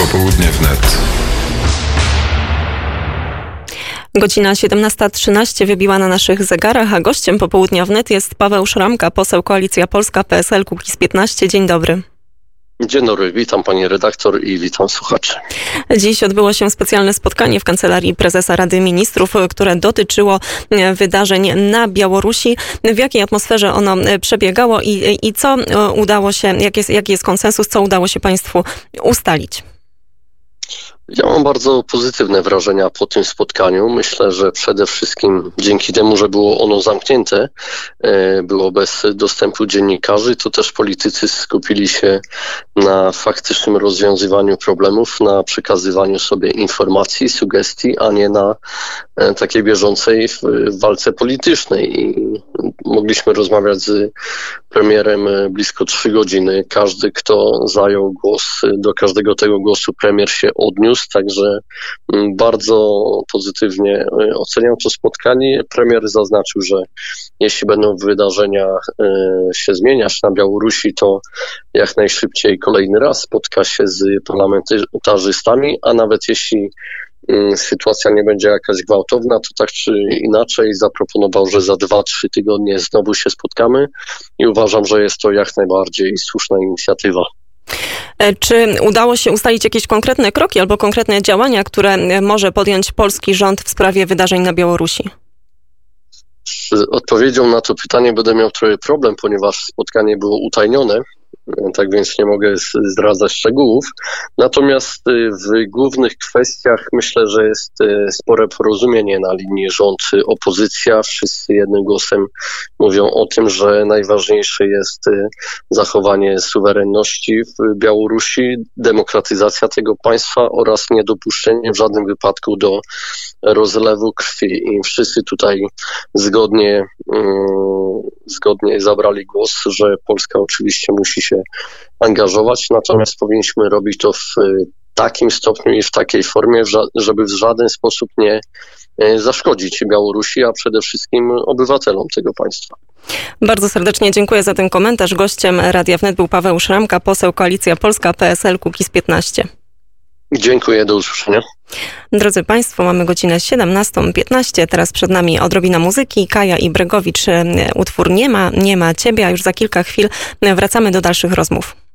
Popołudnie wnet. Godzina 17:13 wybiła na naszych zegarach, a gościem Popołudnia wnet jest Paweł Szramka, poseł Koalicja Polska, PSL, Kukiz15. Dzień dobry. Dzień dobry, witam pani redaktor i witam słuchaczy. Dziś odbyło się specjalne spotkanie w Kancelarii Prezesa Rady Ministrów, które dotyczyło wydarzeń na Białorusi. W jakiej atmosferze ono przebiegało i co udało się, jaki jest konsensus, co udało się państwu ustalić? Ja mam bardzo pozytywne wrażenia po tym spotkaniu. Myślę, że przede wszystkim dzięki temu, że było ono zamknięte, było bez dostępu dziennikarzy, to też politycy skupili się na faktycznym rozwiązywaniu problemów, na przekazywaniu sobie informacji, sugestii, a nie na takiej bieżącej walce politycznej. I mogliśmy rozmawiać z premierem blisko 3 godziny. Każdy, kto zajął głos, do każdego tego głosu premier się odniósł, także bardzo pozytywnie oceniam to spotkanie. Premier zaznaczył, że jeśli będą wydarzenia się zmieniać na Białorusi, to jak najszybciej kolejny raz spotka się z parlamentarzystami, a nawet jeśli sytuacja nie będzie jakaś gwałtowna, to tak czy inaczej zaproponował, że za 2-3 tygodnie znowu się spotkamy i uważam, że jest to jak najbardziej słuszna inicjatywa. Czy udało się ustalić jakieś konkretne kroki albo konkretne działania, które może podjąć polski rząd w sprawie wydarzeń na Białorusi? Z odpowiedzią na to pytanie będę miał trochę problem, ponieważ spotkanie było utajnione, tak więc nie mogę zdradzać szczegółów. Natomiast w głównych kwestiach myślę, że jest spore porozumienie na linii rząd-opozycja. Wszyscy jednym głosem mówią o tym, że najważniejsze jest zachowanie suwerenności w Białorusi, demokratyzacja tego państwa oraz niedopuszczenie w żadnym wypadku do rozlewu krwi. I wszyscy tutaj zgodnie zabrali głos, że Polska oczywiście musi się angażować, natomiast powinniśmy robić to w takim stopniu i w takiej formie, żeby w żaden sposób nie zaszkodzić Białorusi, a przede wszystkim obywatelom tego państwa. Bardzo serdecznie dziękuję za ten komentarz. Gościem Radia Wnet był Paweł Szramka, poseł Koalicja Polska, PSL, Kukiz15. Dziękuję, do usłyszenia. Drodzy Państwo, mamy godzinę 17:15. Teraz przed nami odrobina muzyki. Kaja i Bregowicz, utwór Nie ma Ciebie, a już za kilka chwil wracamy do dalszych rozmów.